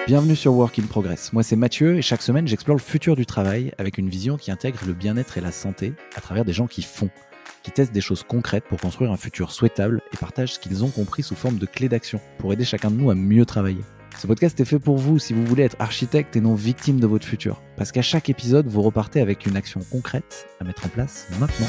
Bienvenue sur Work in Progress. Moi c'est Mathieu et chaque semaine j'explore le futur du travail avec une vision qui intègre le bien-être et la santé à travers des gens qui font, qui testent des choses concrètes pour construire un futur souhaitable et partagent ce qu'ils ont compris sous forme de clés d'action pour aider chacun de nous à mieux travailler. Ce podcast est fait pour vous si vous voulez être architecte et non victime de votre futur. Parce qu'à chaque épisode, vous repartez avec une action concrète à mettre en place maintenant.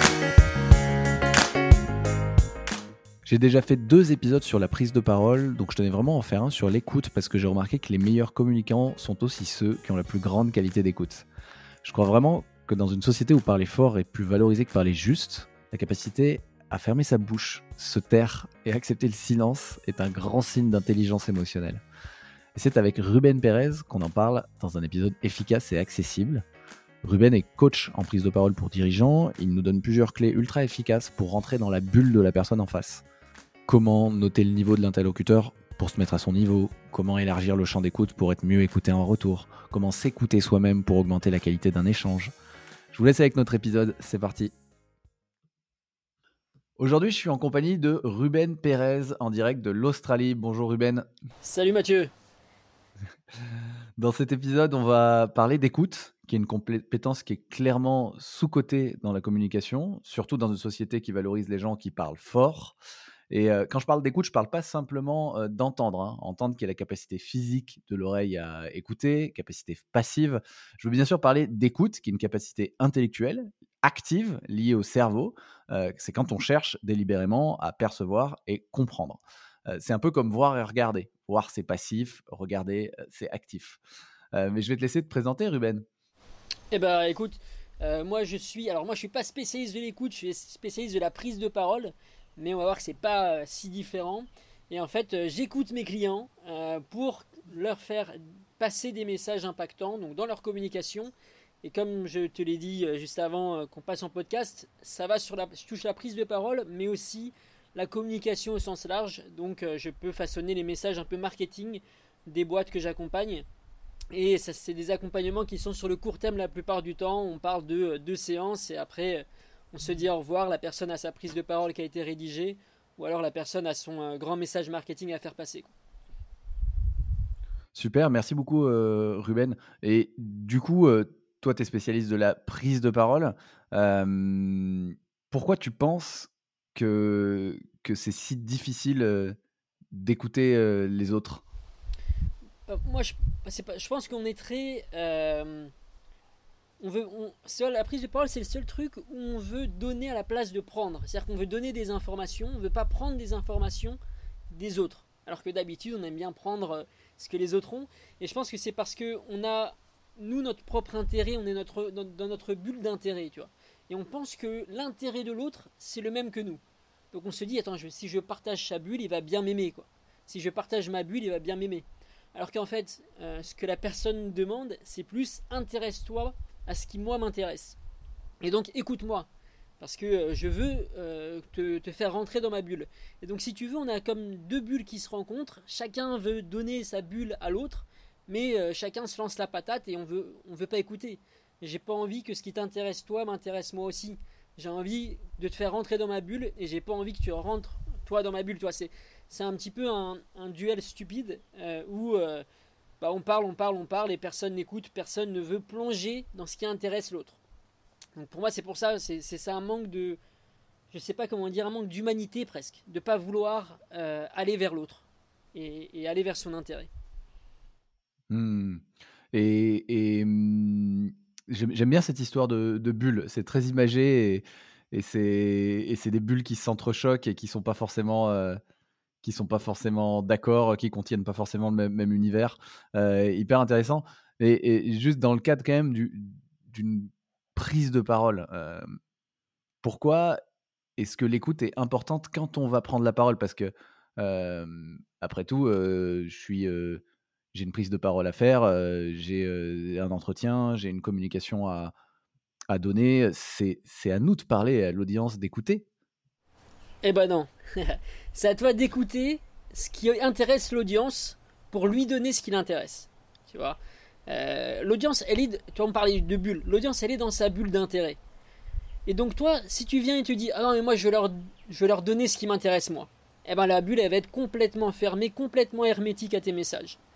J'ai déjà fait 2 épisodes sur la prise de parole, donc je tenais vraiment à en faire un sur l'écoute parce que j'ai remarqué que les meilleurs communicants sont aussi ceux qui ont la plus grande qualité d'écoute. Je crois vraiment que dans une société où parler fort est plus valorisé que parler juste, la capacité à fermer sa bouche, se taire et accepter le silence est un grand signe d'intelligence émotionnelle. Et c'est avec Ruben Pérez qu'on en parle dans un épisode efficace et accessible. Ruben est coach en prise de parole pour dirigeants, il nous donne plusieurs clés ultra efficaces pour rentrer dans la bulle de la personne en face. Comment noter le niveau de l'interlocuteur pour se mettre à son niveau, comment élargir le champ d'écoute pour être mieux écouté en retour, comment s'écouter soi-même pour augmenter la qualité d'un échange. Je vous laisse avec notre épisode, c'est parti. Aujourd'hui, je suis en compagnie de Ruben Pérez en direct de l'Australie. Bonjour Ruben. Salut Mathieu. Dans cet épisode, on va parler d'écoute, qui est une compétence qui est clairement sous-cotée dans la communication, surtout dans une société qui valorise les gens qui parlent fort. Et quand je parle d'écoute, je ne parle pas simplement d'entendre, entendre qui est la capacité physique de l'oreille à écouter, capacité passive. Je veux bien sûr parler d'écoute, qui est une capacité intellectuelle, active, liée au cerveau. C'est quand on cherche délibérément à percevoir et comprendre. C'est un peu comme voir et regarder. Voir, c'est passif, regarder, c'est actif. Mais je vais te laisser te présenter, Ruben. Eh ben écoute, moi je suis pas spécialiste de l'écoute, je suis spécialiste de la prise de parole, mais on va voir que c'est pas si différent. Et en fait, j'écoute mes clients pour leur faire passer des messages impactants, donc dans leur communication. Et comme je te l'ai dit juste avant qu'on passe en podcast, je touche la prise de parole, mais aussi la communication au sens large. Donc je peux façonner les messages un peu marketing des boîtes que j'accompagne. Et ça, c'est des accompagnements qui sont sur le court terme la plupart du temps. On parle de 2 séances et après on se dit au revoir. La personne a sa prise de parole qui a été rédigée ou alors la personne a son grand message marketing à faire passer. Super, merci beaucoup Ruben. Et du coup, toi, tu es spécialiste de la prise de parole. Pourquoi tu penses que c'est si difficile d'écouter les autres ? Moi, je pense qu'on est très... la prise de parole, c'est le seul truc où on veut donner à la place de prendre. C'est-à-dire qu'on veut donner des informations, on ne veut pas prendre des informations des autres. Alors que d'habitude, on aime bien prendre ce que les autres ont. Et je pense que c'est parce qu'on a, nous, notre propre intérêt, on est dans notre bulle d'intérêt, tu vois. Et on pense que l'intérêt de l'autre, c'est le même que nous. Donc on se dit, attends, si je partage sa bulle, il va bien m'aimer, quoi. Si je partage ma bulle, il va bien m'aimer. Alors qu'en fait, ce que la personne demande, c'est plus intéresse-toi à ce qui moi m'intéresse. Et donc écoute-moi, parce que je veux te faire rentrer dans ma bulle. Et donc si tu veux, on a comme 2 bulles qui se rencontrent, chacun veut donner sa bulle à l'autre, mais chacun se lance la patate et on veut pas écouter. J'ai pas envie que ce qui t'intéresse toi m'intéresse moi aussi. J'ai envie de te faire rentrer dans ma bulle et j'ai pas envie que tu rentres toi dans ma bulle. Toi, c'est un petit peu un duel stupide où on parle et personne n'écoute, personne ne veut plonger dans ce qui intéresse l'autre. Donc pour moi, c'est pour ça, c'est ça un manque de, je sais pas comment dire, un manque d'humanité presque, de pas vouloir aller vers l'autre et aller vers son intérêt. J'aime bien cette histoire de bulles. C'est très imagé et c'est des bulles qui s'entrechoquent et qui sont pas forcément d'accord, qui contiennent pas forcément le même univers. Hyper intéressant. Et juste dans le cadre quand même d'une prise de parole, pourquoi est-ce que l'écoute est importante quand on va prendre la parole ? Parce que après tout, j'ai une prise de parole à faire, j'ai un entretien, j'ai une communication à donner. C'est à nous de parler, à l'audience d'écouter. Eh ben non, c'est à toi d'écouter ce qui intéresse l'audience pour lui donner ce qui l'intéresse. Tu vois, l'audience, toi on parlait de bulle, l'audience elle est dans sa bulle d'intérêt. Et donc toi, si tu viens et tu dis ah non mais moi je vais leur donner ce qui m'intéresse moi, eh ben la bulle elle va être complètement fermée, complètement hermétique à tes messages.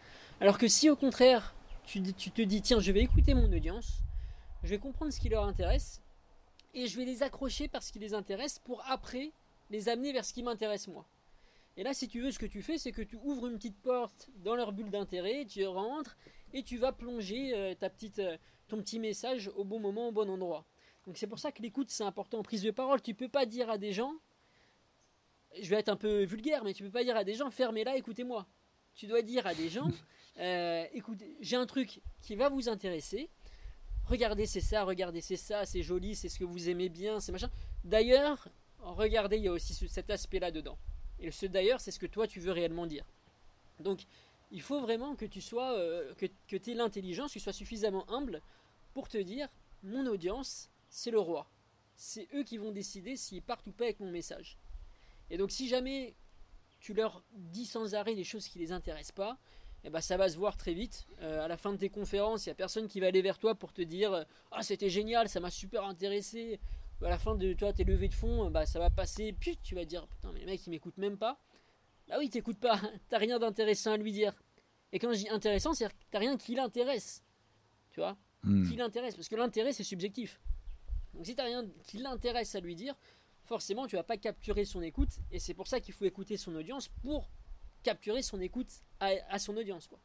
Alors que si au contraire, tu te dis, tiens, je vais écouter mon audience, je vais comprendre ce qui leur intéresse, et je vais les accrocher par ce qui les intéresse pour après les amener vers ce qui m'intéresse moi. Et là, si tu veux, ce que tu fais, c'est que tu ouvres une petite porte dans leur bulle d'intérêt, tu rentres et tu vas plonger ton petit message au bon moment, au bon endroit. Donc c'est pour ça que l'écoute, c'est important en prise de parole. Tu peux pas dire à des gens, je vais être un peu vulgaire, mais tu peux pas dire à des gens, fermez-la, écoutez-moi. Tu dois dire à des gens, écoutez, j'ai un truc qui va vous intéresser. Regardez, c'est ça, c'est joli, c'est ce que vous aimez bien, c'est machin. D'ailleurs, regardez, il y a aussi cet aspect-là dedans. Et ce d'ailleurs, c'est ce que toi tu veux réellement dire. Donc, il faut vraiment que tu sois, que tu aies l'intelligence, que tu sois suffisamment humble pour te dire, mon audience, c'est le roi. C'est eux qui vont décider s'ils partent ou pas avec mon message. Et donc, si jamais tu leur dis sans arrêt des choses qui les intéressent pas, eh ben, ça va se voir très vite. À la fin de tes conférences, il n'y a personne qui va aller vers toi pour te dire ah, c'était génial, ça m'a super intéressé. À la fin de toi, tes levées de fonds, bah, ça va passer. Puis tu vas dire putain, mais le mec il m'écoute même pas. Bah oui, t'écoutes pas, t'as rien d'intéressant à lui dire. Et quand je dis intéressant, c'est-à-dire que t'as rien qui l'intéresse. Tu vois Qui l'intéresse. Parce que l'intérêt c'est subjectif. Donc si t'as rien qui l'intéresse à lui dire, forcément tu vas pas capturer son écoute. Et c'est pour ça qu'il faut écouter son audience pour capturer son écoute à son audience, quoi.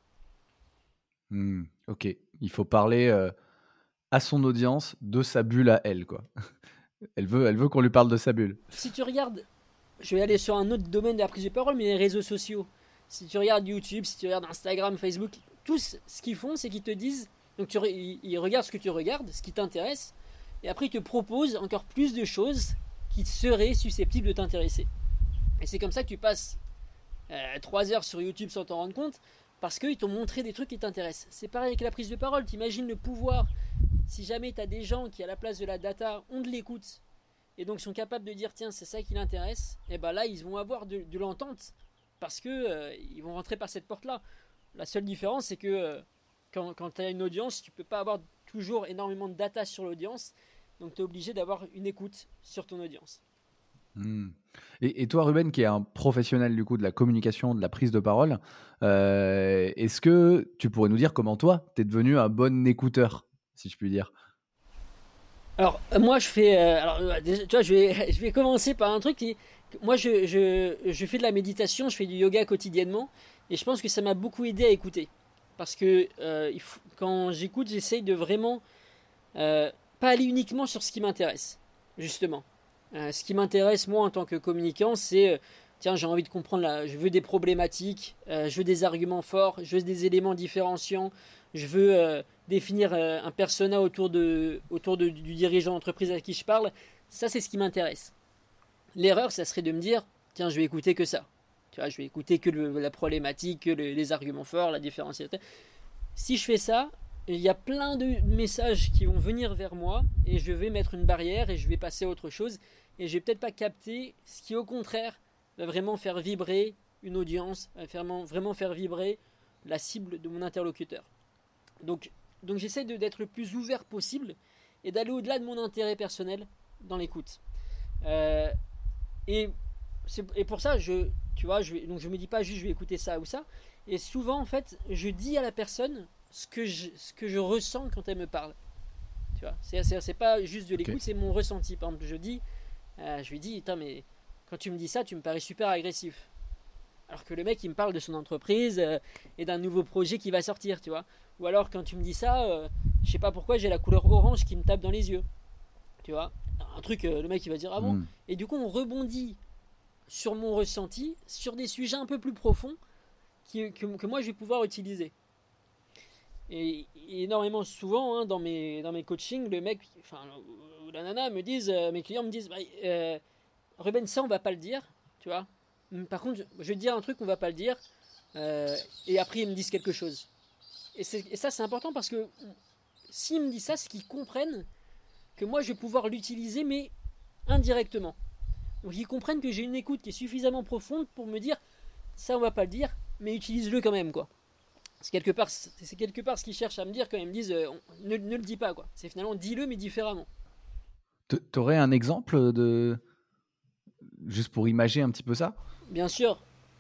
Ok, il faut parler à son audience de sa bulle à elle, quoi. Elle veut qu'on lui parle de sa bulle. Si tu regardes, je vais aller sur un autre domaine de la prise de parole, mais les réseaux sociaux. Si tu regardes YouTube, si tu regardes Instagram, Facebook, tous ce qu'ils font, c'est qu'ils te disent, donc ils regardent ce que tu regardes, ce qui t'intéresse, et après ils te proposent encore plus de choses qui seraient susceptibles de t'intéresser. Et c'est comme ça que tu passes 3 heures sur YouTube sans t'en rendre compte, parce qu'ils t'ont montré des trucs qui t'intéressent. C'est pareil avec la prise de parole, t'imagines le pouvoir, si jamais tu as des gens qui à la place de la data ont de l'écoute, et donc sont capables de dire tiens c'est ça qui l'intéresse, et ben là ils vont avoir de l'entente, parce que ils vont rentrer par cette porte là. La seule différence c'est que quand tu as une audience, tu peux pas avoir toujours énormément de data sur l'audience, donc tu es obligé d'avoir une écoute sur ton audience. Et toi, Ruben, qui est un professionnel du coup de la communication, de la prise de parole, est-ce que tu pourrais nous dire comment toi, tu es devenu un bon écouteur, si je puis dire? Alors moi je fais, déjà, tu vois, je vais commencer par un truc qui, moi je fais de la méditation, je fais du yoga quotidiennement, et je pense que ça m'a beaucoup aidé à écouter, parce que quand j'écoute, j'essaye de vraiment pas aller uniquement sur ce qui m'intéresse, justement. Ce qui m'intéresse moi en tant que communicant, c'est tiens, j'ai envie de comprendre, je veux des problématiques, je veux des arguments forts, je veux des éléments différenciants, je veux définir un persona du dirigeant d'entreprise à qui je parle. Ça, c'est ce qui m'intéresse. L'erreur, ça serait de me dire tiens, je vais écouter que ça. Tu vois, je vais écouter que la problématique, que les arguments forts, la différenciation. Si je fais ça, il y a plein de messages qui vont venir vers moi et je vais mettre une barrière et je vais passer à autre chose et je vais peut-être pas capter ce qui au contraire va vraiment faire vibrer une audience, va vraiment faire vibrer la cible de mon interlocuteur. Donc j'essaie d'être le plus ouvert possible et d'aller au-delà de mon intérêt personnel dans l'écoute. Et pour ça, tu vois, donc je me dis pas juste je vais écouter ça ou ça. Et souvent, en fait, je dis à la personne ce que je ressens quand elle me parle. Tu vois, c'est pas juste de l'écoute, okay. C'est mon ressenti. Par exemple, je lui dis, mais quand tu me dis ça, tu me parais super agressif. Alors que le mec, il me parle de son entreprise et d'un nouveau projet qui va sortir, tu vois. Ou alors, quand tu me dis ça, je sais pas pourquoi, j'ai la couleur orange qui me tape dans les yeux. Tu vois, un truc, le mec, il va dire, ah bon. Et du coup, on rebondit sur mon ressenti, sur des sujets un peu plus profonds que moi, je vais pouvoir utiliser. Et énormément souvent, hein, dans mes coachings, le mec, ou la nana me disent, mes clients me disent, Ruben, ça, on va pas le dire, tu vois. Par contre, je vais te dire un truc, on va pas le dire, et après ils me disent quelque chose. Et ça, c'est important parce que s'ils me disent ça, c'est qu'ils comprennent que moi je vais pouvoir l'utiliser, mais indirectement. Donc ils comprennent que j'ai une écoute qui est suffisamment profonde pour me dire ça, on va pas le dire, mais utilise-le quand même, quoi. C'est quelque part ce qu'ils cherchent à me dire quand ils me disent ne le dis pas, quoi. C'est finalement dis-le, mais différemment. T'aurais un exemple de. Juste pour imager un petit peu ça? Bien sûr.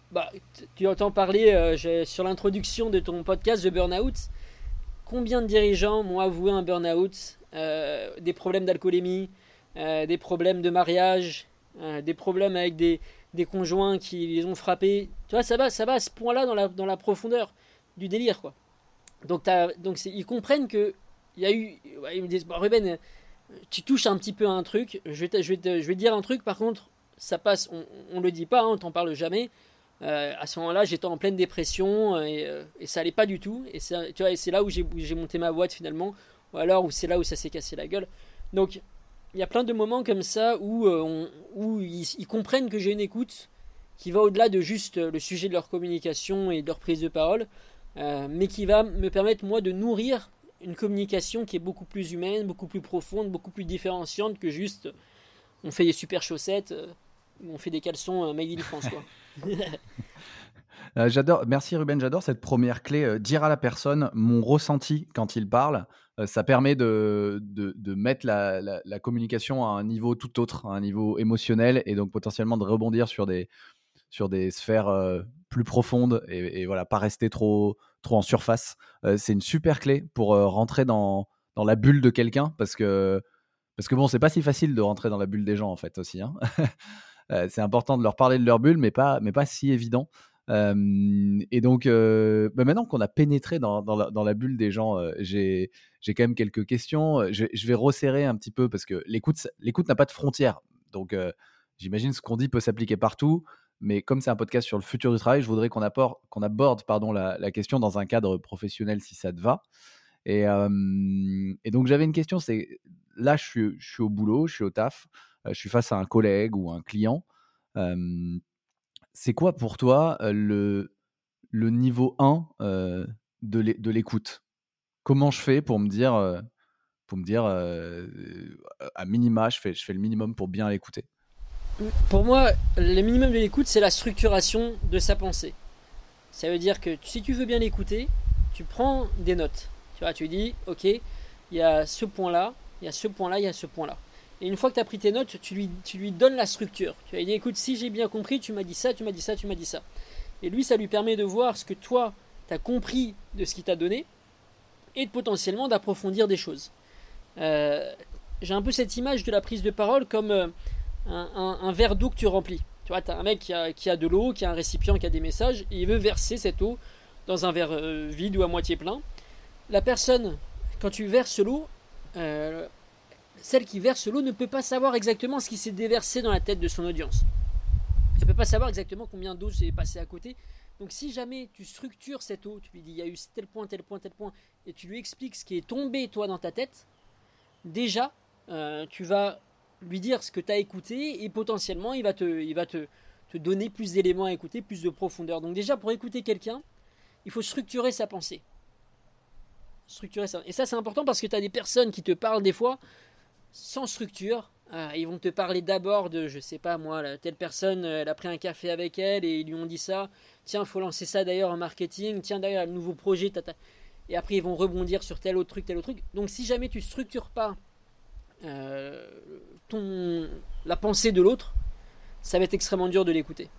Bah, tu entends parler sur l'introduction de ton podcast de Burnout. Combien de dirigeants m'ont avoué un burn-out, des problèmes d'alcoolémie, des problèmes de mariage, des problèmes avec des conjoints qui les ont frappés. Tu vois, ça va à ce point-là dans la profondeur du délire, quoi. Donc ils comprennent que il y a eu. Ouais, ils me disent, bon, Ruben, tu touches un petit peu à un truc. Je vais te dire un truc. Par contre, ça passe. On le dit pas. On t'en parle jamais. À ce moment-là, j'étais en pleine dépression et ça allait pas du tout. Et tu vois, et c'est là où j'ai monté ma boîte finalement, ou alors où c'est là où ça s'est cassé la gueule. Donc, il y a plein de moments comme ça où ils comprennent que j'ai une écoute qui va au-delà de juste le sujet de leur communication et de leur prise de parole, mais qui va me permettre moi de nourrir une communication qui est beaucoup plus humaine, beaucoup plus profonde, beaucoup plus différenciante que juste on fait des super chaussettes, on fait des caleçons made in France, quoi. J'adore, merci Ruben, j'adore cette première clé, dire à la personne mon ressenti quand il parle. Ça permet de mettre la communication à un niveau tout autre, à un niveau émotionnel, et donc potentiellement de rebondir sur des sphères plus profondes et voilà, pas rester trop en surface. C'est une super clé pour rentrer dans la bulle de quelqu'un, parce que bon, c'est pas si facile de rentrer dans la bulle des gens en fait aussi, hein. C'est important de leur parler de leur bulle, mais pas si évident. Et donc, maintenant qu'on a pénétré dans la bulle des gens, j'ai quand même quelques questions. Je vais resserrer un petit peu, parce que l'écoute n'a pas de frontières. Donc, j'imagine ce qu'on dit peut s'appliquer partout. Mais comme c'est un podcast sur le futur du travail, je voudrais qu'on aborde la question dans un cadre professionnel, si ça te va. Et donc, j'avais une question. C'est là, je suis au boulot, je suis au taf, je suis face à un collègue ou un client. C'est quoi pour toi le niveau 1 de l'écoute? Comment je fais pour me dire, à minima, je fais le minimum pour bien l'écouter? Pour moi, le minimum de l'écoute, c'est la structuration de sa pensée. Ça veut dire que si tu veux bien l'écouter, tu prends des notes. Tu vois, tu dis, ok, il y a ce point-là, il y a ce point-là, il y a ce point-là. Et une fois que tu as pris tes notes, tu lui donnes la structure. Tu vas lui dire, écoute, si j'ai bien compris, tu m'as dit ça, tu m'as dit ça, tu m'as dit ça. Et lui, ça lui permet de voir ce que toi, tu as compris de ce qu'il t'a donné et de potentiellement d'approfondir des choses. J'ai un peu cette image de la prise de parole comme un verre d'eau que tu remplis. Tu vois, tu as un mec qui a de l'eau, qui a un récipient, qui a des messages, et il veut verser cette eau dans un verre vide ou à moitié plein. La personne, quand tu verses l'eau, celle qui verse l'eau ne peut pas savoir exactement ce qui s'est déversé dans la tête de son audience. Elle ne peut pas savoir exactement combien d'eau s'est passé à côté. Donc si jamais tu structures cette eau, tu lui dis il y a eu tel point, tel point, tel point, et tu lui expliques ce qui est tombé toi dans ta tête, déjà tu vas lui dire ce que tu as écouté, et potentiellement il va te donner plus d'éléments à écouter, plus de profondeur. Donc déjà, pour écouter quelqu'un, il faut structurer sa pensée. Structurer ça. Et ça, c'est important parce que tu as des personnes qui te parlent des fois sans structure. Ils vont te parler d'abord de, je sais pas moi, telle personne, elle a pris un café avec elle et ils lui ont dit ça. Tiens, faut lancer ça d'ailleurs en marketing. Tiens, d'ailleurs, le nouveau projet. Et après, ils vont rebondir sur tel autre truc, tel autre truc. Donc, si jamais tu structures pas la pensée de l'autre, ça va être extrêmement dur de l'écouter.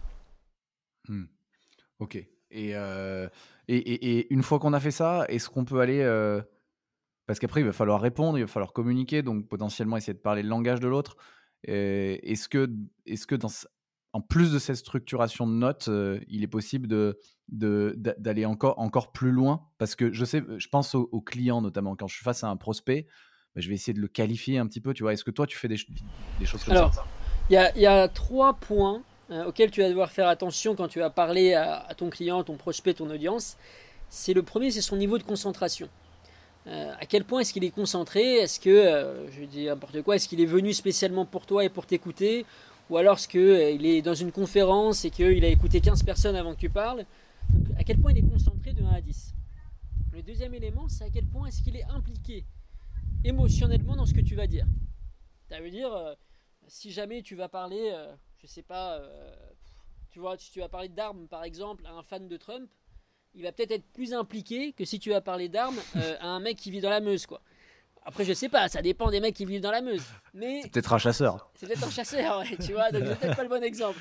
Ok. Et une fois qu'on a fait ça, est-ce qu'on peut aller... parce qu'après, il va falloir répondre, il va falloir communiquer, donc potentiellement essayer de parler le langage de l'autre. Est-ce que en plus de cette structuration de notes, il est possible d'aller encore plus loin? Parce que je pense aux clients notamment. Quand je suis face à un prospect, je vais essayer de le qualifier un petit peu. Tu vois, est-ce que toi, tu fais des choses comme ça? Alors, il y a 3 points auxquels tu vas devoir faire attention quand tu vas parler à ton client, ton prospect, ton audience. Le premier, c'est son niveau de concentration. À quel point est-ce qu'il est concentré? Est-ce que, je dis n'importe quoi, est-ce qu'il est venu spécialement pour toi et pour t'écouter? Ou alors est-ce qu'il est dans une conférence et qu'il a écouté 15 personnes avant que tu parles? Donc, à quel point il est concentré de 1 à 10? Le deuxième élément, c'est à quel point est-ce qu'il est impliqué émotionnellement dans ce que tu vas dire. Ça veut dire, si jamais tu vas parler, je sais pas, tu vois, si tu vas parler d'armes par exemple à un fan de Trump, il va peut-être être plus impliqué que si tu vas parler d'armes à un mec qui vit dans la Meuse, quoi. Après, je sais pas, ça dépend des mecs qui vivent dans la Meuse. Mais c'est peut-être un chasseur. C'est peut-être un chasseur, ouais, tu vois, donc c'est peut-être pas le bon exemple.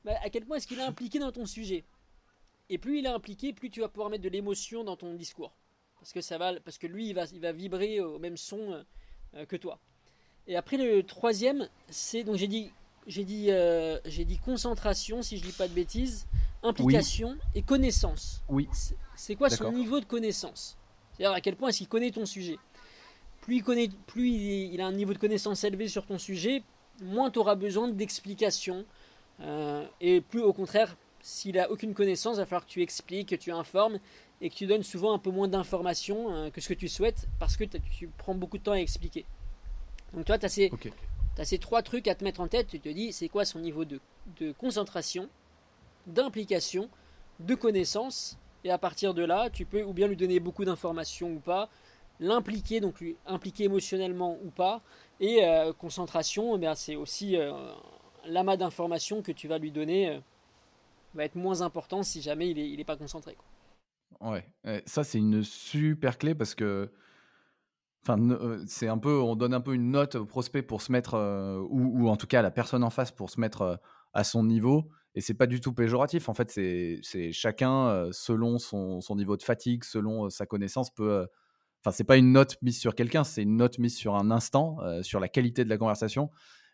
à quel point est-ce qu'il est impliqué dans ton sujet. Et plus il est impliqué, plus tu vas pouvoir mettre de l'émotion dans ton discours. Parce que lui, il va vibrer au même son que toi. Et après le troisième, c'est donc j'ai dit concentration si je dis pas de bêtises, Oui, implication et connaissance. oui, C'est quoi son d'accord. niveau de connaissance? C'est-à-dire à quel point est-ce qu'il connaît ton sujet. Plus il a un niveau de connaissance élevé sur ton sujet, moins tu auras besoin d'explications. Et plus au contraire, s'il a aucune connaissance, il va falloir que tu expliques, que tu informes et que tu donnes souvent un peu moins d'informations que ce que tu souhaites parce que tu prends beaucoup de temps à expliquer. Donc toi, tu as Ok. ces trois trucs à te mettre en tête. Tu te dis, c'est quoi son niveau de concentration, d'implication, de connaissance. Et à partir de là, tu peux ou bien lui donner beaucoup d'informations ou pas, l'impliquer, donc lui impliquer émotionnellement ou pas. Et concentration, c'est aussi l'amas d'informations que tu vas lui donner va être moins important si jamais il est pas concentré, quoi. Ouais, ça c'est une super clé parce que enfin, c'est un peu on donne un peu une note au prospect pour se mettre, ou en tout cas à la personne en face pour se mettre, à son niveau et c'est pas du tout péjoratif. En fait, c'est chacun, selon son niveau de fatigue, selon, sa connaissance peut, enfin, c'est pas une note mise sur quelqu'un, c'est une note mise sur un instant, sur la qualité de la conversation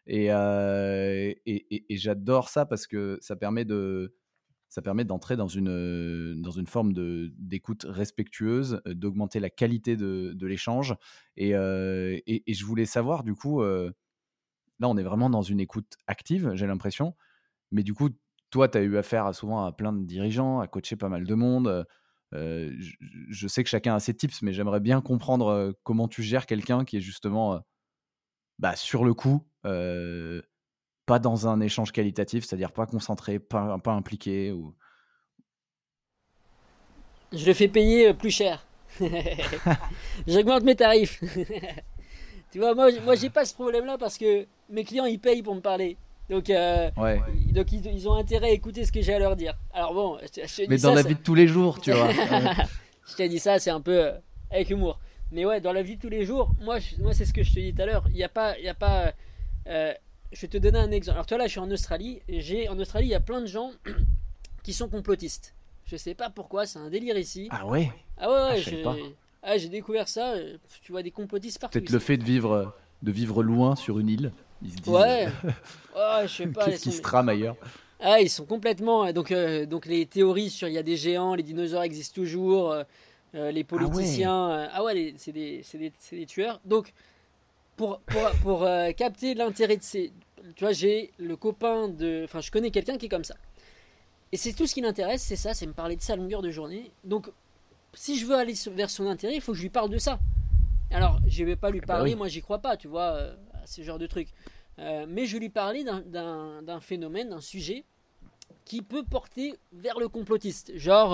et j'adore ça parce que ça permet d'entrer dans une forme d'écoute respectueuse, d'augmenter la qualité de l'échange. Et je voulais savoir, du coup, là, on est vraiment dans une écoute active, j'ai l'impression. Mais du coup, toi, tu as eu affaire souvent à plein de dirigeants, à coacher pas mal de monde. Je sais que chacun a ses tips, mais j'aimerais bien comprendre comment tu gères quelqu'un qui est justement bah, sur le coup, pas dans un échange qualitatif, c'est-à-dire pas concentré, pas impliqué. Ou... Je le fais payer plus cher. J'augmente mes tarifs. Tu vois, moi j'ai pas ce problème-là parce que mes clients ils payent pour me parler. Donc, Ouais. ils ont intérêt à écouter ce que j'ai à leur dire. Alors bon, je te Mais dis dans ça, la vie de tous les jours, tu vois. je t'ai dit ça, c'est un peu avec humour. Mais ouais, dans la vie de tous les jours, moi c'est ce que je te dis tout à l'heure. Il y a pas. euh, je vais te donner un exemple. Alors toi là, je suis en Australie. En Australie, il y a plein de gens qui sont complotistes. Je sais pas pourquoi, c'est un délire ici. Ah ouais? Ah ouais, Ah, ouais, je savais pas. j'ai découvert ça. Tu vois des complotistes partout Peut-être le ici. fait de vivre loin sur une île. Ils se disent, Ouais, ouais, je sais pas. qu'est-ce qui se trame ailleurs? Ils sont complètement. Donc les théories sur il y a des géants, les dinosaures existent toujours, les Ah ouais. politiciens. Ah ouais, c'est des tueurs. Donc pour capter l'intérêt de ces. Tu vois, j'ai le copain de. Enfin, je connais quelqu'un qui est comme ça. Et c'est tout ce qui l'intéresse, c'est ça, c'est me parler de ça à longueur de journée. Donc, si je veux aller vers son intérêt, il faut que je lui parle de ça. Alors, je vais pas lui Ah bah parler, oui. moi j'y crois pas, tu vois, à ce genre de truc. Mais je vais lui parler d'un phénomène, d'un sujet qui peut porter vers le complotiste. Genre,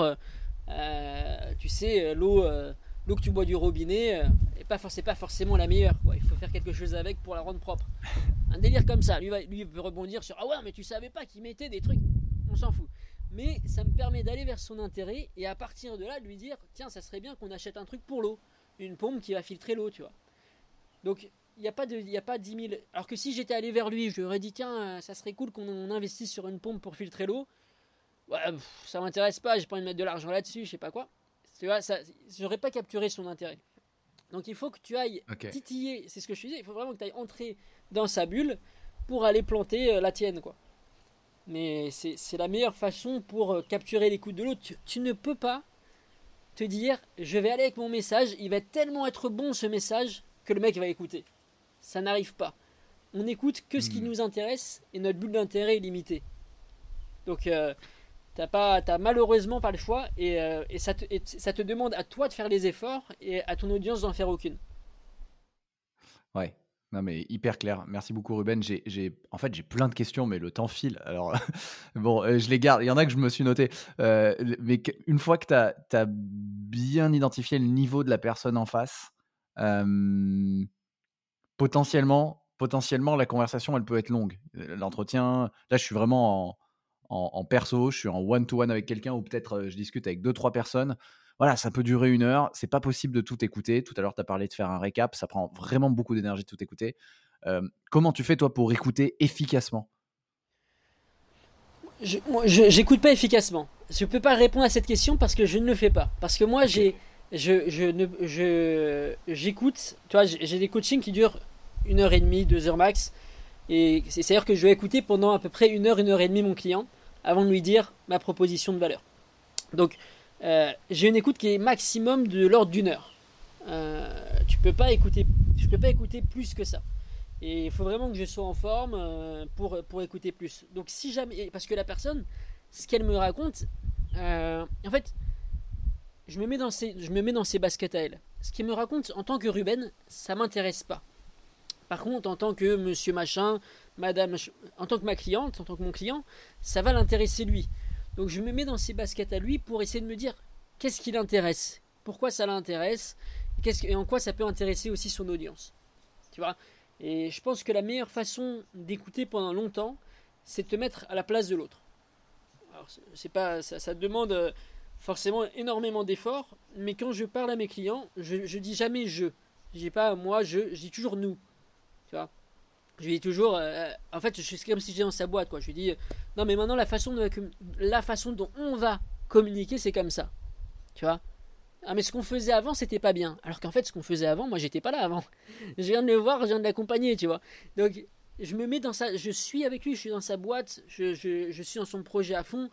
tu sais, l'eau que tu bois du robinet c'est pas forcément la meilleure, quoi. Il faut faire quelque chose avec pour la rendre propre. Un délire comme ça. Lui veut rebondir sur ah ouais, mais tu savais pas qu'il mettait des trucs. On s'en fout. Mais ça me permet d'aller vers son intérêt et à partir de là, de lui dire tiens, ça serait bien qu'on achète un truc pour l'eau. Une pompe qui va filtrer l'eau, tu vois. Donc, il y a pas 10 000. Alors que si j'étais allé vers lui, je lui aurais dit tiens, ça serait cool qu'on investisse sur une pompe pour filtrer l'eau. Ouais, ça m'intéresse pas, j'ai pas envie de mettre de l'argent là-dessus, je sais pas quoi. Tu vois, j'aurais pas capturé son intérêt. Donc il faut que tu ailles Ok. titiller, c'est ce que je te disais, il faut vraiment que tu ailles entrer dans sa bulle pour aller planter la tienne, quoi. Mais c'est la meilleure façon pour capturer l'écoute de l'autre. Tu ne peux pas te dire, je vais aller avec mon message, il va tellement être bon ce message que le mec va écouter. Ça n'arrive pas. On n'écoute que ce qui Hmm. nous intéresse et notre bulle d'intérêt est limitée. Donc t'as malheureusement pas le choix et ça te demande à toi de faire les efforts et à ton audience d'en faire aucune. Ouais. Non, mais hyper clair. Merci beaucoup, Ruben. En fait, j'ai plein de questions, mais le temps file. Alors, bon, je les garde. Il y en a que je me suis noté. Mais une fois que tu as bien identifié le niveau de la personne en face, euh, potentiellement, la conversation, elle peut être longue. L'entretien, là, je suis vraiment en perso, je suis en one-to-one avec quelqu'un ou peut-être je discute avec deux, trois personnes. Voilà, ça peut durer 1 heure. C'est pas possible de tout écouter. Tout à l'heure, tu as parlé de faire un récap. Ça prend vraiment beaucoup d'énergie de tout écouter. Comment tu fais, toi, pour écouter efficacement? J'écoute pas efficacement. Je peux pas répondre à cette question parce que je ne le fais pas. Parce que moi, Ok. j'écoute. Tu vois, j'ai des coachings qui durent 1 heure et demie, 2 heures max. Et c'est-à-dire que je vais écouter pendant à peu près 1 heure et demie mon client avant de lui dire ma proposition de valeur. Donc, j'ai une écoute qui est maximum de l'ordre d'1 heure. Tu peux pas écouter, je peux pas écouter plus que ça. Et il faut vraiment que je sois en forme pour écouter plus. Donc si jamais, parce que la personne, ce qu'elle me raconte, en fait, je me mets dans ses baskets à elle. Ce qu'elle me raconte en tant que Ruben, ça m'intéresse pas. Par contre, en tant que monsieur machin, madame, en tant que ma cliente, en tant que mon client, ça va l'intéresser lui. Donc je me mets dans ses baskets à lui pour essayer de me dire qu'est-ce qui l'intéresse, pourquoi ça l'intéresse, et en quoi ça peut intéresser aussi son audience. Tu vois. Et je pense que la meilleure façon d'écouter pendant longtemps, c'est de te mettre à la place de l'autre. Alors, c'est pas, ça demande forcément énormément d'efforts, mais quand je parle à mes clients, je dis jamais je. Je dis pas moi, je dis toujours nous. Tu vois. Je lui dis toujours, en fait, c'est comme si j'étais dans sa boîte, quoi. Je lui dis, non, mais maintenant la façon dont on va communiquer, c'est comme ça. Tu vois. Ah, mais ce qu'on faisait avant, c'était pas bien. Alors qu'en fait, ce qu'on faisait avant, moi, j'étais pas là avant. Je viens de le voir, je viens de l'accompagner, tu vois. Donc, je me mets dans sa, je suis avec lui, je suis dans sa boîte, je suis dans son projet à fond.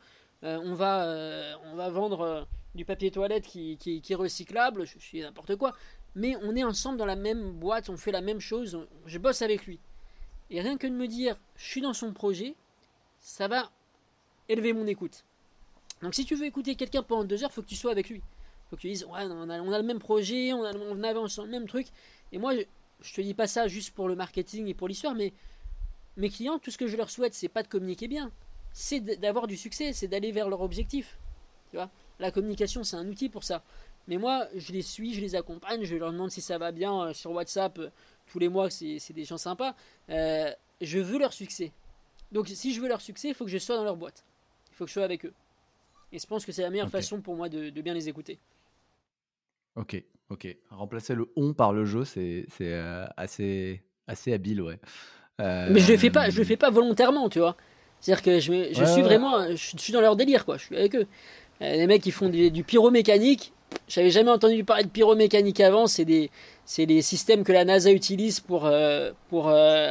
On va vendre du papier toilette qui est recyclable, je suis n'importe quoi. Mais on est ensemble dans la même boîte, on fait la même chose, je bosse avec lui. Et rien que de me dire, je suis dans son projet, ça va élever mon écoute. Donc si tu veux écouter quelqu'un pendant 2 heures, il faut que tu sois avec lui. Il faut que tu dises, ouais, on a le même projet, on avance sur le même truc. Et moi, je te dis pas ça juste pour le marketing et pour l'histoire, mais mes clients, tout ce que je leur souhaite, c'est pas de communiquer bien, c'est d'avoir du succès, c'est d'aller vers leur objectif. Tu vois, la communication, c'est un outil pour ça. Mais moi, je les suis, je les accompagne, je leur demande si ça va bien sur WhatsApp tous les mois, c'est des gens sympas. Je veux leur succès. Donc si je veux leur succès, il faut que je sois dans leur boîte. Il faut que je sois avec eux. Et je pense que c'est la meilleure Ok. façon pour moi de bien les écouter. Ok. Ok. Remplacer le on par le je, c'est assez habile, ouais. Mais je le Euh, fais pas volontairement, tu vois. C'est-à-dire que Ouais, je suis ouais, ouais. vraiment, je suis dans leur délire, quoi. Je suis avec eux. Les mecs qui font du pyromécanique, j'avais jamais entendu parler de pyromécanique avant. C'est des systèmes que la NASA utilise pour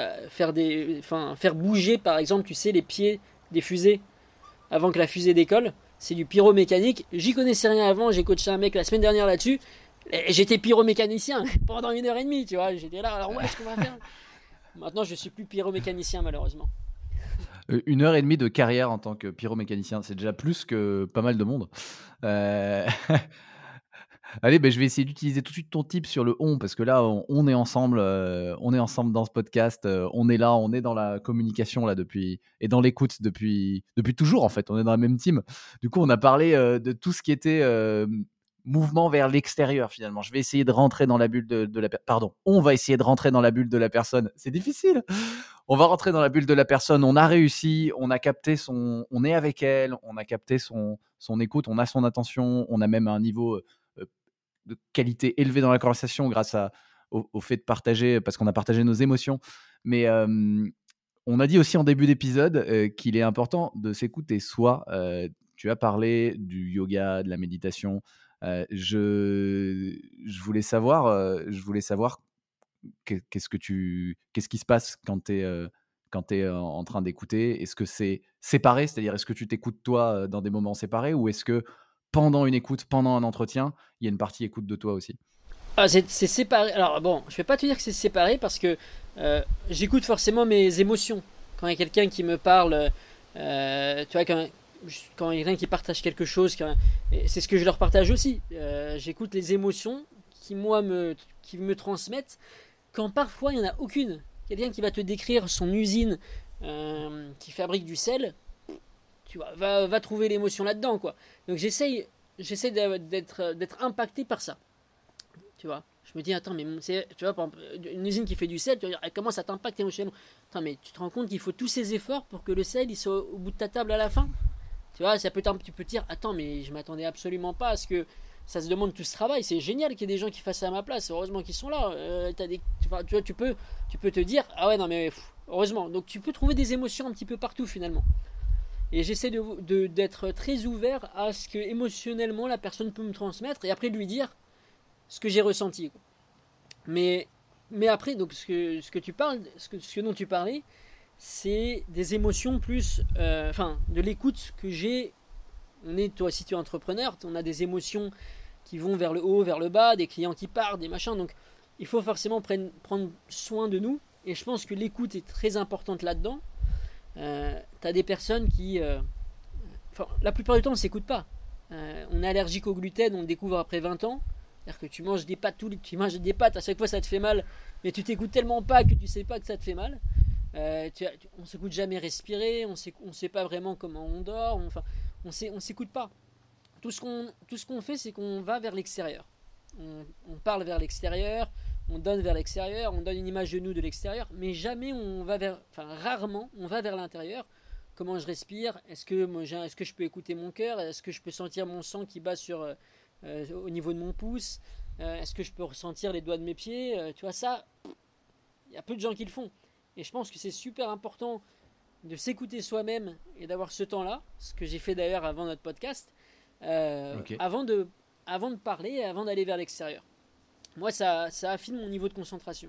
faire bouger, par exemple, tu sais, les pieds des fusées avant que la fusée décolle. C'est du pyromécanique. J'y connaissais rien avant. J'ai coaché un mec la semaine dernière là-dessus. Et j'étais pyromécanicien pendant 1 heure et demie, tu vois. J'étais là, alors ouais, ce qu'on va faire. Maintenant, je suis plus pyromécanicien, malheureusement. 1 heure et demie de carrière en tant que pyromécanicien, c'est déjà plus que pas mal de monde. Euh, Allez, ben, je vais essayer d'utiliser tout de suite ton tip sur le on, parce que là, on est ensemble dans ce podcast, on est là, on est dans la communication là depuis et dans l'écoute depuis toujours en fait. On est dans la même team. Du coup, on a parlé de tout ce qui était mouvement vers l'extérieur finalement. Je vais essayer de rentrer dans la bulle de la pardon. On va essayer de rentrer dans la bulle de la personne. C'est difficile. On va rentrer dans la bulle de la personne. On a réussi. On a capté on est avec elle. On a capté son écoute. On a son attention. On a même un niveau de qualité élevée dans la conversation grâce au fait de partager, parce qu'on a partagé nos émotions. Mais on a dit aussi en début d'épisode qu'il est important de s'écouter soi. Tu as parlé du yoga, de la méditation. Je voulais savoir, qu'est-ce qui se passe quand tu es en train d'écouter. Est-ce que c'est séparé, c'est-à-dire est-ce que tu t'écoutes toi dans des moments séparés, ou est-ce que pendant une écoute, pendant un entretien, il y a une partie écoute de toi aussi? Ah, c'est séparé. Alors bon, je vais pas te dire que c'est séparé parce que j'écoute forcément mes émotions. Quand il y a quelqu'un qui me parle, tu vois, quand il y a quelqu'un qui partage quelque chose, et c'est ce que je leur partage aussi. J'écoute les émotions qui me transmettent. Quand parfois il n'y en a aucune. Quelqu'un qui va te décrire son usine qui fabrique du sel, tu vois, va trouver l'émotion là-dedans, quoi. Donc j'essaie d'être impacté par ça. Tu vois, je me dis, attends, mais tu vois, par exemple, une usine qui fait du sel, tu vas dire, comment ça t'impacte émotionnellement? Attends, mais tu te rends compte qu'il faut tous ces efforts pour que le sel il soit au bout de ta table à la fin? Tu vois, tu peux te dire, attends, mais je m'attendais absolument pas à ce que ça se demande tout ce travail. C'est génial qu'il y ait des gens qui fassent ça à ma place. Heureusement qu'ils sont là. Tu vois, tu peux te dire, ah ouais, non, mais heureusement. Donc tu peux trouver des émotions un petit peu partout finalement. Et j'essaie d'être très ouvert à ce que émotionnellement la personne peut me transmettre et après de lui dire ce que j'ai ressenti, quoi. Mais après, donc ce que tu parles, ce dont tu parlais, c'est des émotions plus, enfin, de l'écoute que j'ai. Toi, si tu es entrepreneur, on a des émotions qui vont vers le haut, vers le bas, des clients qui partent, des machins. Donc, il faut forcément prendre soin de nous. Et je pense que l'écoute est très importante là-dedans. T'as des personnes qui, enfin, la plupart du temps, on s'écoute pas. On est allergique au gluten, on le découvre après 20 ans. C'est-à-dire que tu manges des pâtes, à chaque fois ça te fait mal, mais tu t'écoutes tellement pas que tu sais pas que ça te fait mal. On s'écoute jamais respirer, on sait pas vraiment comment on dort, on s'écoute pas. Tout ce qu'on fait, c'est qu'on va vers l'extérieur. On parle vers l'extérieur, on donne vers l'extérieur, on donne une image de nous de l'extérieur, mais jamais rarement on va vers l'intérieur. Comment je respire? Est-ce que je peux écouter mon cœur? Est-ce que je peux sentir mon sang qui bat au niveau de mon pouce? Est-ce que je peux ressentir les doigts de mes pieds? Tu vois, ça, il y a peu de gens qui le font. Et je pense que c'est super important de s'écouter soi-même et d'avoir ce temps-là, ce que j'ai fait d'ailleurs avant notre podcast, Ok. avant de parler, avant d'aller vers l'extérieur. Moi, ça affine mon niveau de concentration.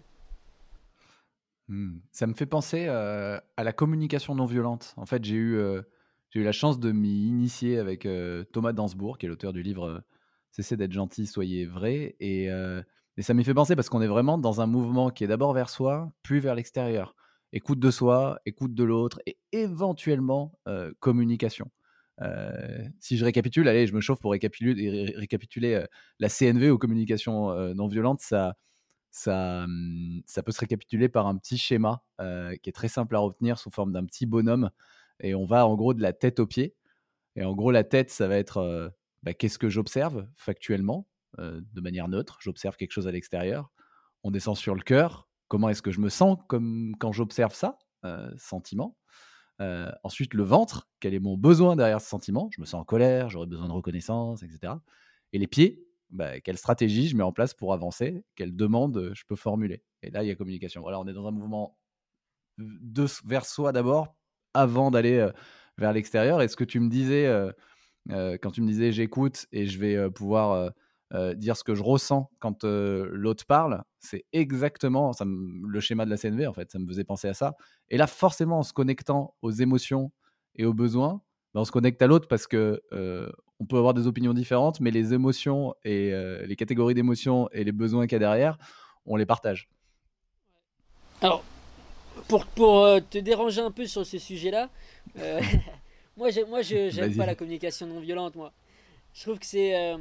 Ça me fait penser à la communication non violente. En fait, j'ai eu la chance de m'y initier avec Thomas Dansbourg, qui est l'auteur du livre Cessez d'être gentil, soyez vrai. Et ça m'y fait penser parce qu'on est vraiment dans un mouvement qui est d'abord vers soi, puis vers l'extérieur. Écoute de soi, écoute de l'autre et éventuellement communication. Si je récapitule, allez, je me chauffe pour récapituler la CNV aux communications non violentes. Ça peut se récapituler par un petit schéma qui est très simple à retenir sous forme d'un petit bonhomme. Et on va en gros de la tête aux pieds. Et en gros, la tête, ça va être qu'est-ce que j'observe factuellement, de manière neutre. J'observe quelque chose à l'extérieur. On descend sur le cœur. Comment est-ce que je me sens comme quand j'observe ça? Sentiment. Ensuite, le ventre. Quel est mon besoin derrière ce sentiment? Je me sens en colère, j'aurais besoin de reconnaissance, etc. Et les pieds, quelle stratégie je mets en place pour avancer? Quelle demande je peux formuler? Et là, il y a communication. Voilà, on est dans un mouvement vers soi d'abord, avant d'aller vers l'extérieur. Et ce que tu me disais, quand tu me disais j'écoute et je vais pouvoir dire ce que je ressens quand l'autre parle, c'est exactement le schéma de la CNV, en fait. Ça me faisait penser à ça. Et là, forcément, en se connectant aux émotions et aux besoins, on se connecte à l'autre parce que on peut avoir des opinions différentes, mais les émotions et les catégories d'émotions et les besoins qu'il y a derrière, on les partage. Alors, pour te déranger un peu sur ce sujet-là, moi j'aime pas la communication non violente, moi. Je trouve que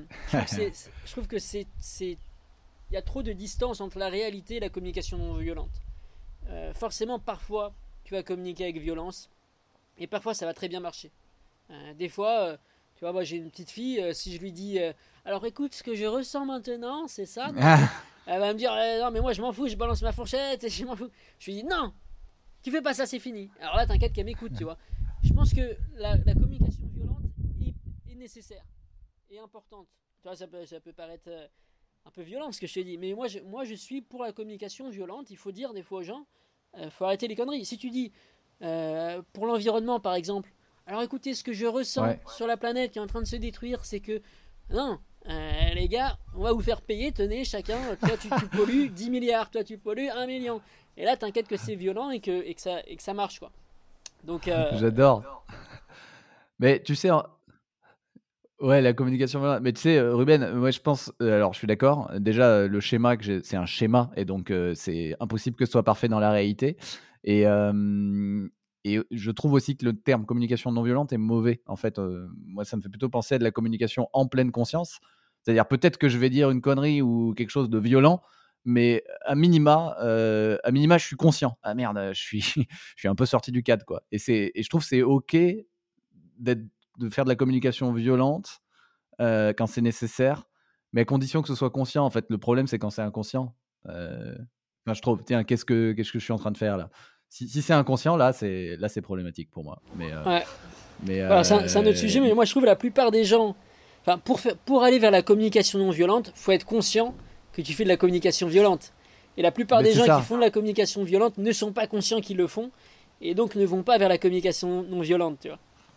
il y a trop de distance entre la réalité et la communication non violente. Forcément, parfois, tu vas communiquer avec violence, et parfois ça va très bien marcher. Des fois, tu vois, moi j'ai une petite fille, si je lui dis, alors écoute, ce que je ressens maintenant, c'est ça. Elle va me dire, non mais moi je m'en fous, je balance ma fourchette, et je m'en fous. Je lui dis, non, tu fais pas ça, c'est fini. Alors là, t'inquiète qu'elle m'écoute, tu vois. Je pense que la communication violente est nécessaire et importante. Tu vois, ça peut paraître un peu violent ce que je te dis, mais moi je suis pour la communication violente. Il faut dire des fois aux gens, faut arrêter les conneries. Si tu dis, pour l'environnement par exemple, alors écoutez, ce que je ressens sur la planète qui est en train de se détruire, c'est que, non, les gars, on va vous faire payer, tenez, chacun, toi tu pollues 10 milliards, toi tu pollues 1 million. Et là, t'inquiète que c'est violent et que ça marche, quoi. Donc, J'adore. Mais tu sais, ouais, la communication. Mais tu sais, Ruben, moi je pense. Alors, je suis d'accord. Déjà, le schéma que j'ai, c'est un schéma, et donc c'est impossible que ce soit parfait dans la réalité. Et, et je trouve aussi que le terme communication non violente est mauvais. En fait, moi, ça me fait plutôt penser à de la communication en pleine conscience. C'est-à-dire peut-être que je vais dire une connerie ou quelque chose de violent, mais à minima, je suis conscient. Ah merde, je suis un peu sorti du cadre, quoi. Et je trouve que c'est ok de faire de la communication violente quand c'est nécessaire, mais à condition que ce soit conscient. En fait, le problème, c'est quand c'est inconscient. Je trouve, tiens, qu'est-ce que je suis en train de faire là? Si c'est inconscient, là, c'est problématique pour moi. Ouais. Voilà, c'est un autre sujet, mais moi je trouve que la plupart des gens, pour aller vers la communication non violente, faut être conscient que tu fais de la communication violente. Et la plupart des gens qui font de la communication violente ne sont pas conscients qu'ils le font, et donc ne vont pas vers la communication non violente, tu vois.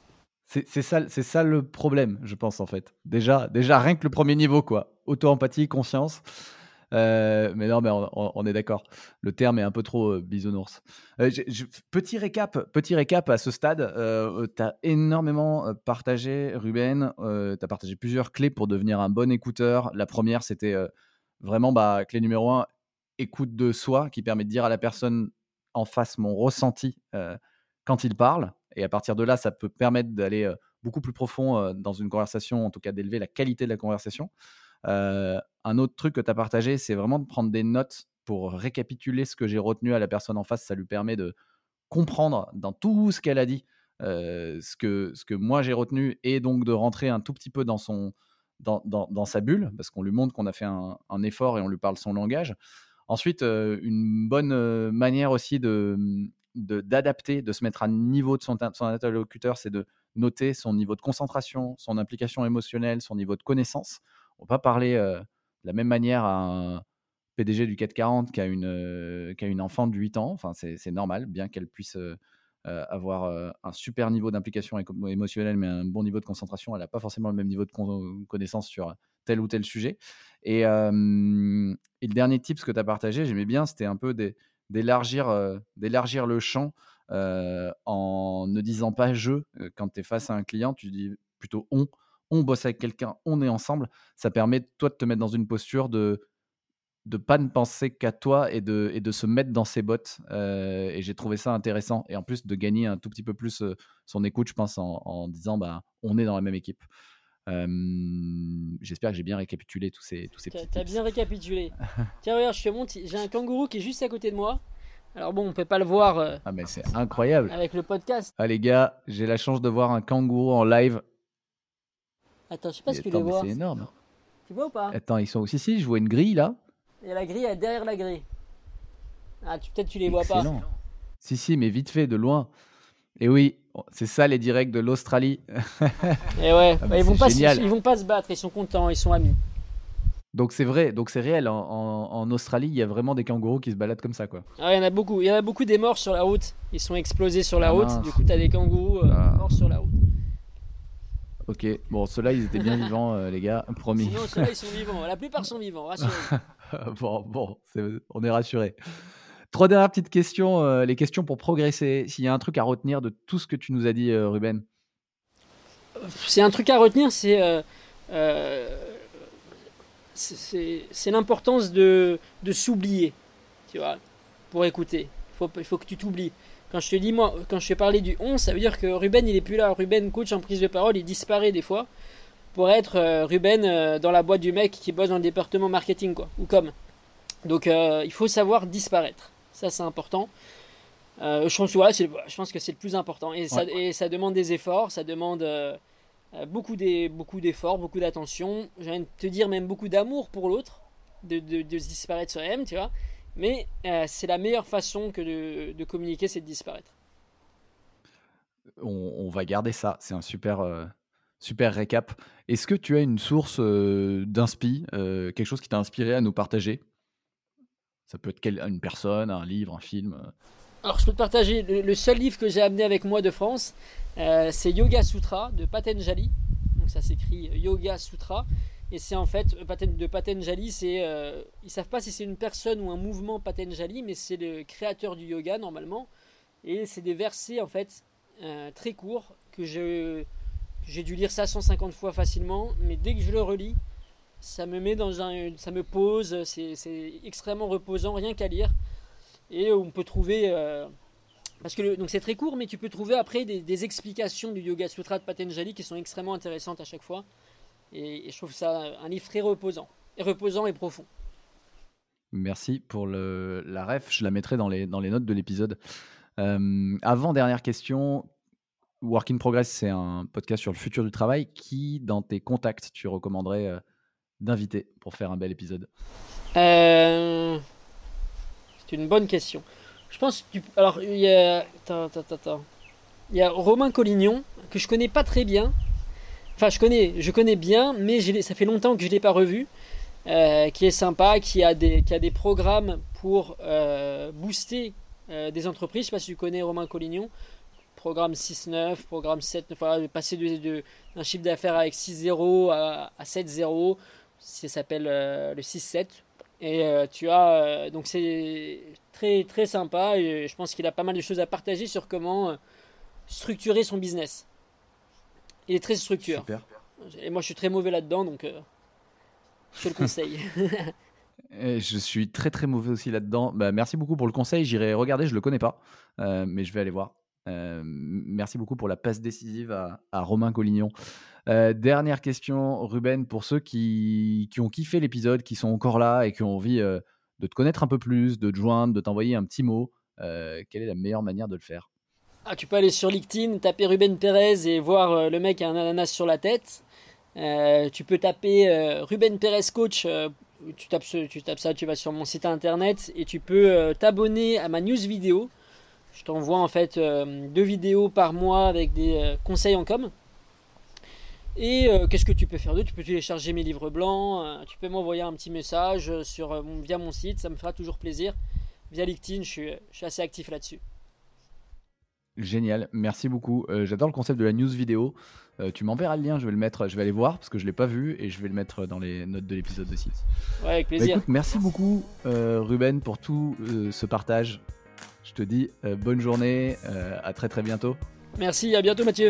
C'est ça le problème, je pense, en fait. Déjà, rien que le premier niveau, quoi. Auto-empathie, conscience. Mais non, mais on est d'accord. Le terme est un peu trop bisounours. Petit récap à ce stade. Tu as énormément partagé, Ruben. Tu as partagé plusieurs clés pour devenir un bon écouteur. La première, c'était vraiment clé numéro 1, écoute de soi, qui permet de dire à la personne en face mon ressenti quand il parle. Et à partir de là, ça peut permettre d'aller beaucoup plus profond dans une conversation, en tout cas d'élever la qualité de la conversation. Un autre truc que tu as partagé, c'est vraiment de prendre des notes pour récapituler ce que j'ai retenu à la personne en face. Ça lui permet de comprendre dans tout ce qu'elle a dit ce que moi j'ai retenu, et donc de rentrer un tout petit peu dans sa bulle, parce qu'on lui montre qu'on a fait un effort et on lui parle son langage. Ensuite, une bonne manière aussi d'adapter, de se mettre à niveau de son interlocuteur, c'est de noter son niveau de concentration, son implication émotionnelle, son niveau de connaissance. On ne va pas parler de la même manière à un PDG du CAC 40 qu'à une enfant de 8 ans. Enfin, c'est normal, bien qu'elle puisse avoir un super niveau d'implication émotionnelle, mais un bon niveau de concentration. Elle n'a pas forcément le même niveau de connaissance sur tel ou tel sujet. Et le dernier tip que tu as partagé, j'aimais bien, c'était un peu d'élargir le champ en ne disant pas je. Quand tu es face à un client, tu dis plutôt on bosse avec quelqu'un, on est ensemble. Ça permet toi de te mettre dans une posture de pas ne penser qu'à toi et de se mettre dans ses bottes. Et j'ai trouvé ça intéressant. Et en plus, de gagner un tout petit peu plus son écoute, je pense, en disant on est dans la même équipe. J'espère que j'ai bien récapitulé tous ces petits tips. T'as bien récapitulé. Tiens, regarde, je te montre, j'ai un kangourou qui est juste à côté de moi. Alors bon, on peut pas le voir Ah, mais c'est incroyable. avec le podcast. Ah, les gars, j'ai la chance de voir un kangourou en live. Attends, je sais pas si tu les vois. C'est énorme. Tu vois ou pas? Attends, ils sont aussi ici. Je vois une grille là. Il y a la grille derrière la grille. Ah, peut-être tu les vois pas. Excellent. Si, mais vite fait, de loin. Et oui, c'est ça les directs de l'Australie. Et ouais, Ah, ils vont pas se battre, ils sont contents, ils sont amis. Donc c'est vrai, donc c'est réel. En Australie, il y a vraiment des kangourous qui se baladent comme ça, quoi. Ah, il y en a beaucoup des morts sur la route. Ils sont explosés sur la route. Mince. Du coup, t'as des kangourous morts sur la route. Ok, bon, ceux-là, ils étaient bien vivants, les gars, promis. Sinon, ceux-là, ils sont vivants. La plupart sont vivants, rassurez-vous. Bon, on est rassurés. 3 dernières petites questions, les questions pour progresser. S'il y a un truc à retenir de tout ce que tu nous as dit, Ruben. C'est un truc à retenir, c'est l'importance de s'oublier, tu vois, pour écouter. Il faut que tu t'oublies. Quand je te dis, moi, quand je te parlais du 11, ça veut dire que Ruben, il est plus là. Ruben, coach en prise de parole, il disparaît des fois pour être Ruben dans la boîte du mec qui bosse dans le département marketing, quoi, ou comme. Donc, il faut savoir disparaître. Ça, c'est important. Je pense que c'est le plus important. Et ça demande des efforts, ça demande beaucoup d'efforts, beaucoup d'attention. J'ai envie de te dire même beaucoup d'amour pour l'autre, de se disparaître soi-même, tu vois. Mais c'est la meilleure façon que de communiquer, c'est de disparaître. On va garder ça. C'est un super récap. Est-ce que tu as une source d'inspi, quelque chose qui t'a inspiré à nous partager? Ça peut être une personne, un livre, un film. Alors, je peux te partager le seul livre que j'ai amené avec moi de France. C'est Yoga Sutra de Patanjali. Donc, ça s'écrit Yoga Sutra. Et c'est en fait, de Patanjali, ils savent pas si c'est une personne ou un mouvement Patanjali, mais c'est le créateur du yoga normalement. Et c'est des versets en fait très courts que j'ai dû lire ça 150 fois facilement, mais dès que je le relis, ça me met ça me pose, c'est extrêmement reposant, rien qu'à lire. Et on peut trouver, donc c'est très court, mais tu peux trouver après des explications du Yoga Sutra de Patanjali qui sont extrêmement intéressantes à chaque fois. Et je trouve ça un livre très reposant et profond. Merci pour la ref, je la mettrai dans les notes de l'épisode. Avant, dernière question. Work in Progress, c'est un podcast sur le futur du travail. Qui, dans tes contacts, tu recommanderais d'inviter pour faire un bel épisode? C'est une bonne question. Je pense que alors il y a il y a Romain Collignon que je connais pas très bien. Enfin, je connais bien, mais ça fait longtemps que je l'ai pas revu. Qui est sympa, qui a des programmes pour booster des entreprises. Je sais pas si tu connais Romain Collignon. programme 6-9, programme 7-9, voilà, passer d'un chiffre d'affaires avec 6-0 à 7-0, ça s'appelle le 6-7. Et donc c'est très très sympa et je pense qu'il a pas mal de choses à partager sur comment structurer son business. Il est très structuré. Super. Et moi je suis très mauvais là-dedans, donc je te le conseille. Et je suis très très mauvais aussi là-dedans. Bah, merci beaucoup pour le conseil. J'irai regarder, je le connais pas, mais je vais aller voir. Merci beaucoup pour la passe décisive à Romain Collignon. Dernière question, Ruben, pour ceux qui ont kiffé l'épisode, qui sont encore là et qui ont envie de te connaître un peu plus, de te joindre, de t'envoyer un petit mot, quelle est la meilleure manière de le faire? Tu peux aller sur LinkedIn, taper Ruben Perez et voir le mec a un ananas sur la tête. Tu peux taper Ruben Perez Coach. Tu tapes ça, tu vas sur mon site internet et tu peux t'abonner à ma news vidéo. Je t'envoie en fait 2 vidéos par mois avec des conseils en com. Et qu'est-ce que tu peux faire d'autre? Tu peux télécharger mes livres blancs, tu peux m'envoyer un petit message via mon site, ça me fera toujours plaisir. Via LinkedIn, je suis assez actif là-dessus. Génial, merci beaucoup. J'adore le concept de la news vidéo. Tu m'enverras le lien, je vais aller voir parce que je l'ai pas vu et je vais le mettre dans les notes de l'épisode aussi. Ouais, avec plaisir. Écoute, merci beaucoup Ruben pour tout ce partage. Je te dis bonne journée, à très très bientôt. Merci, à bientôt Mathieu.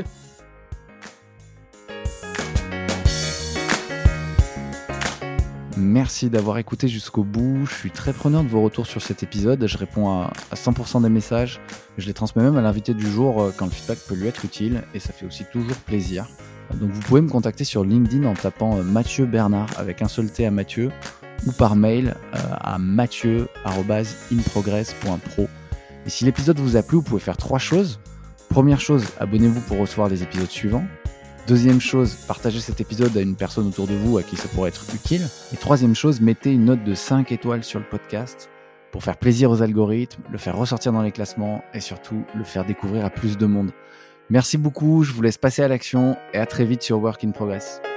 Merci d'avoir écouté jusqu'au bout. Je suis très preneur de vos retours sur cet épisode. Je réponds à 100% des messages. Je les transmets même à l'invité du jour quand le feedback peut lui être utile et ça fait aussi toujours plaisir. Donc vous pouvez me contacter sur LinkedIn en tapant Mathieu Bernard avec un seul T à Mathieu ou par mail à mathieu@inprogress.pro. Et si l'épisode vous a plu, vous pouvez faire 3 choses. Première chose, abonnez-vous pour recevoir les épisodes suivants. Deuxième chose, partagez cet épisode à une personne autour de vous à qui ça pourrait être utile. Et troisième chose, mettez une note de 5 étoiles sur le podcast pour faire plaisir aux algorithmes, le faire ressortir dans les classements et surtout le faire découvrir à plus de monde. Merci beaucoup, je vous laisse passer à l'action et à très vite sur Work in Progress.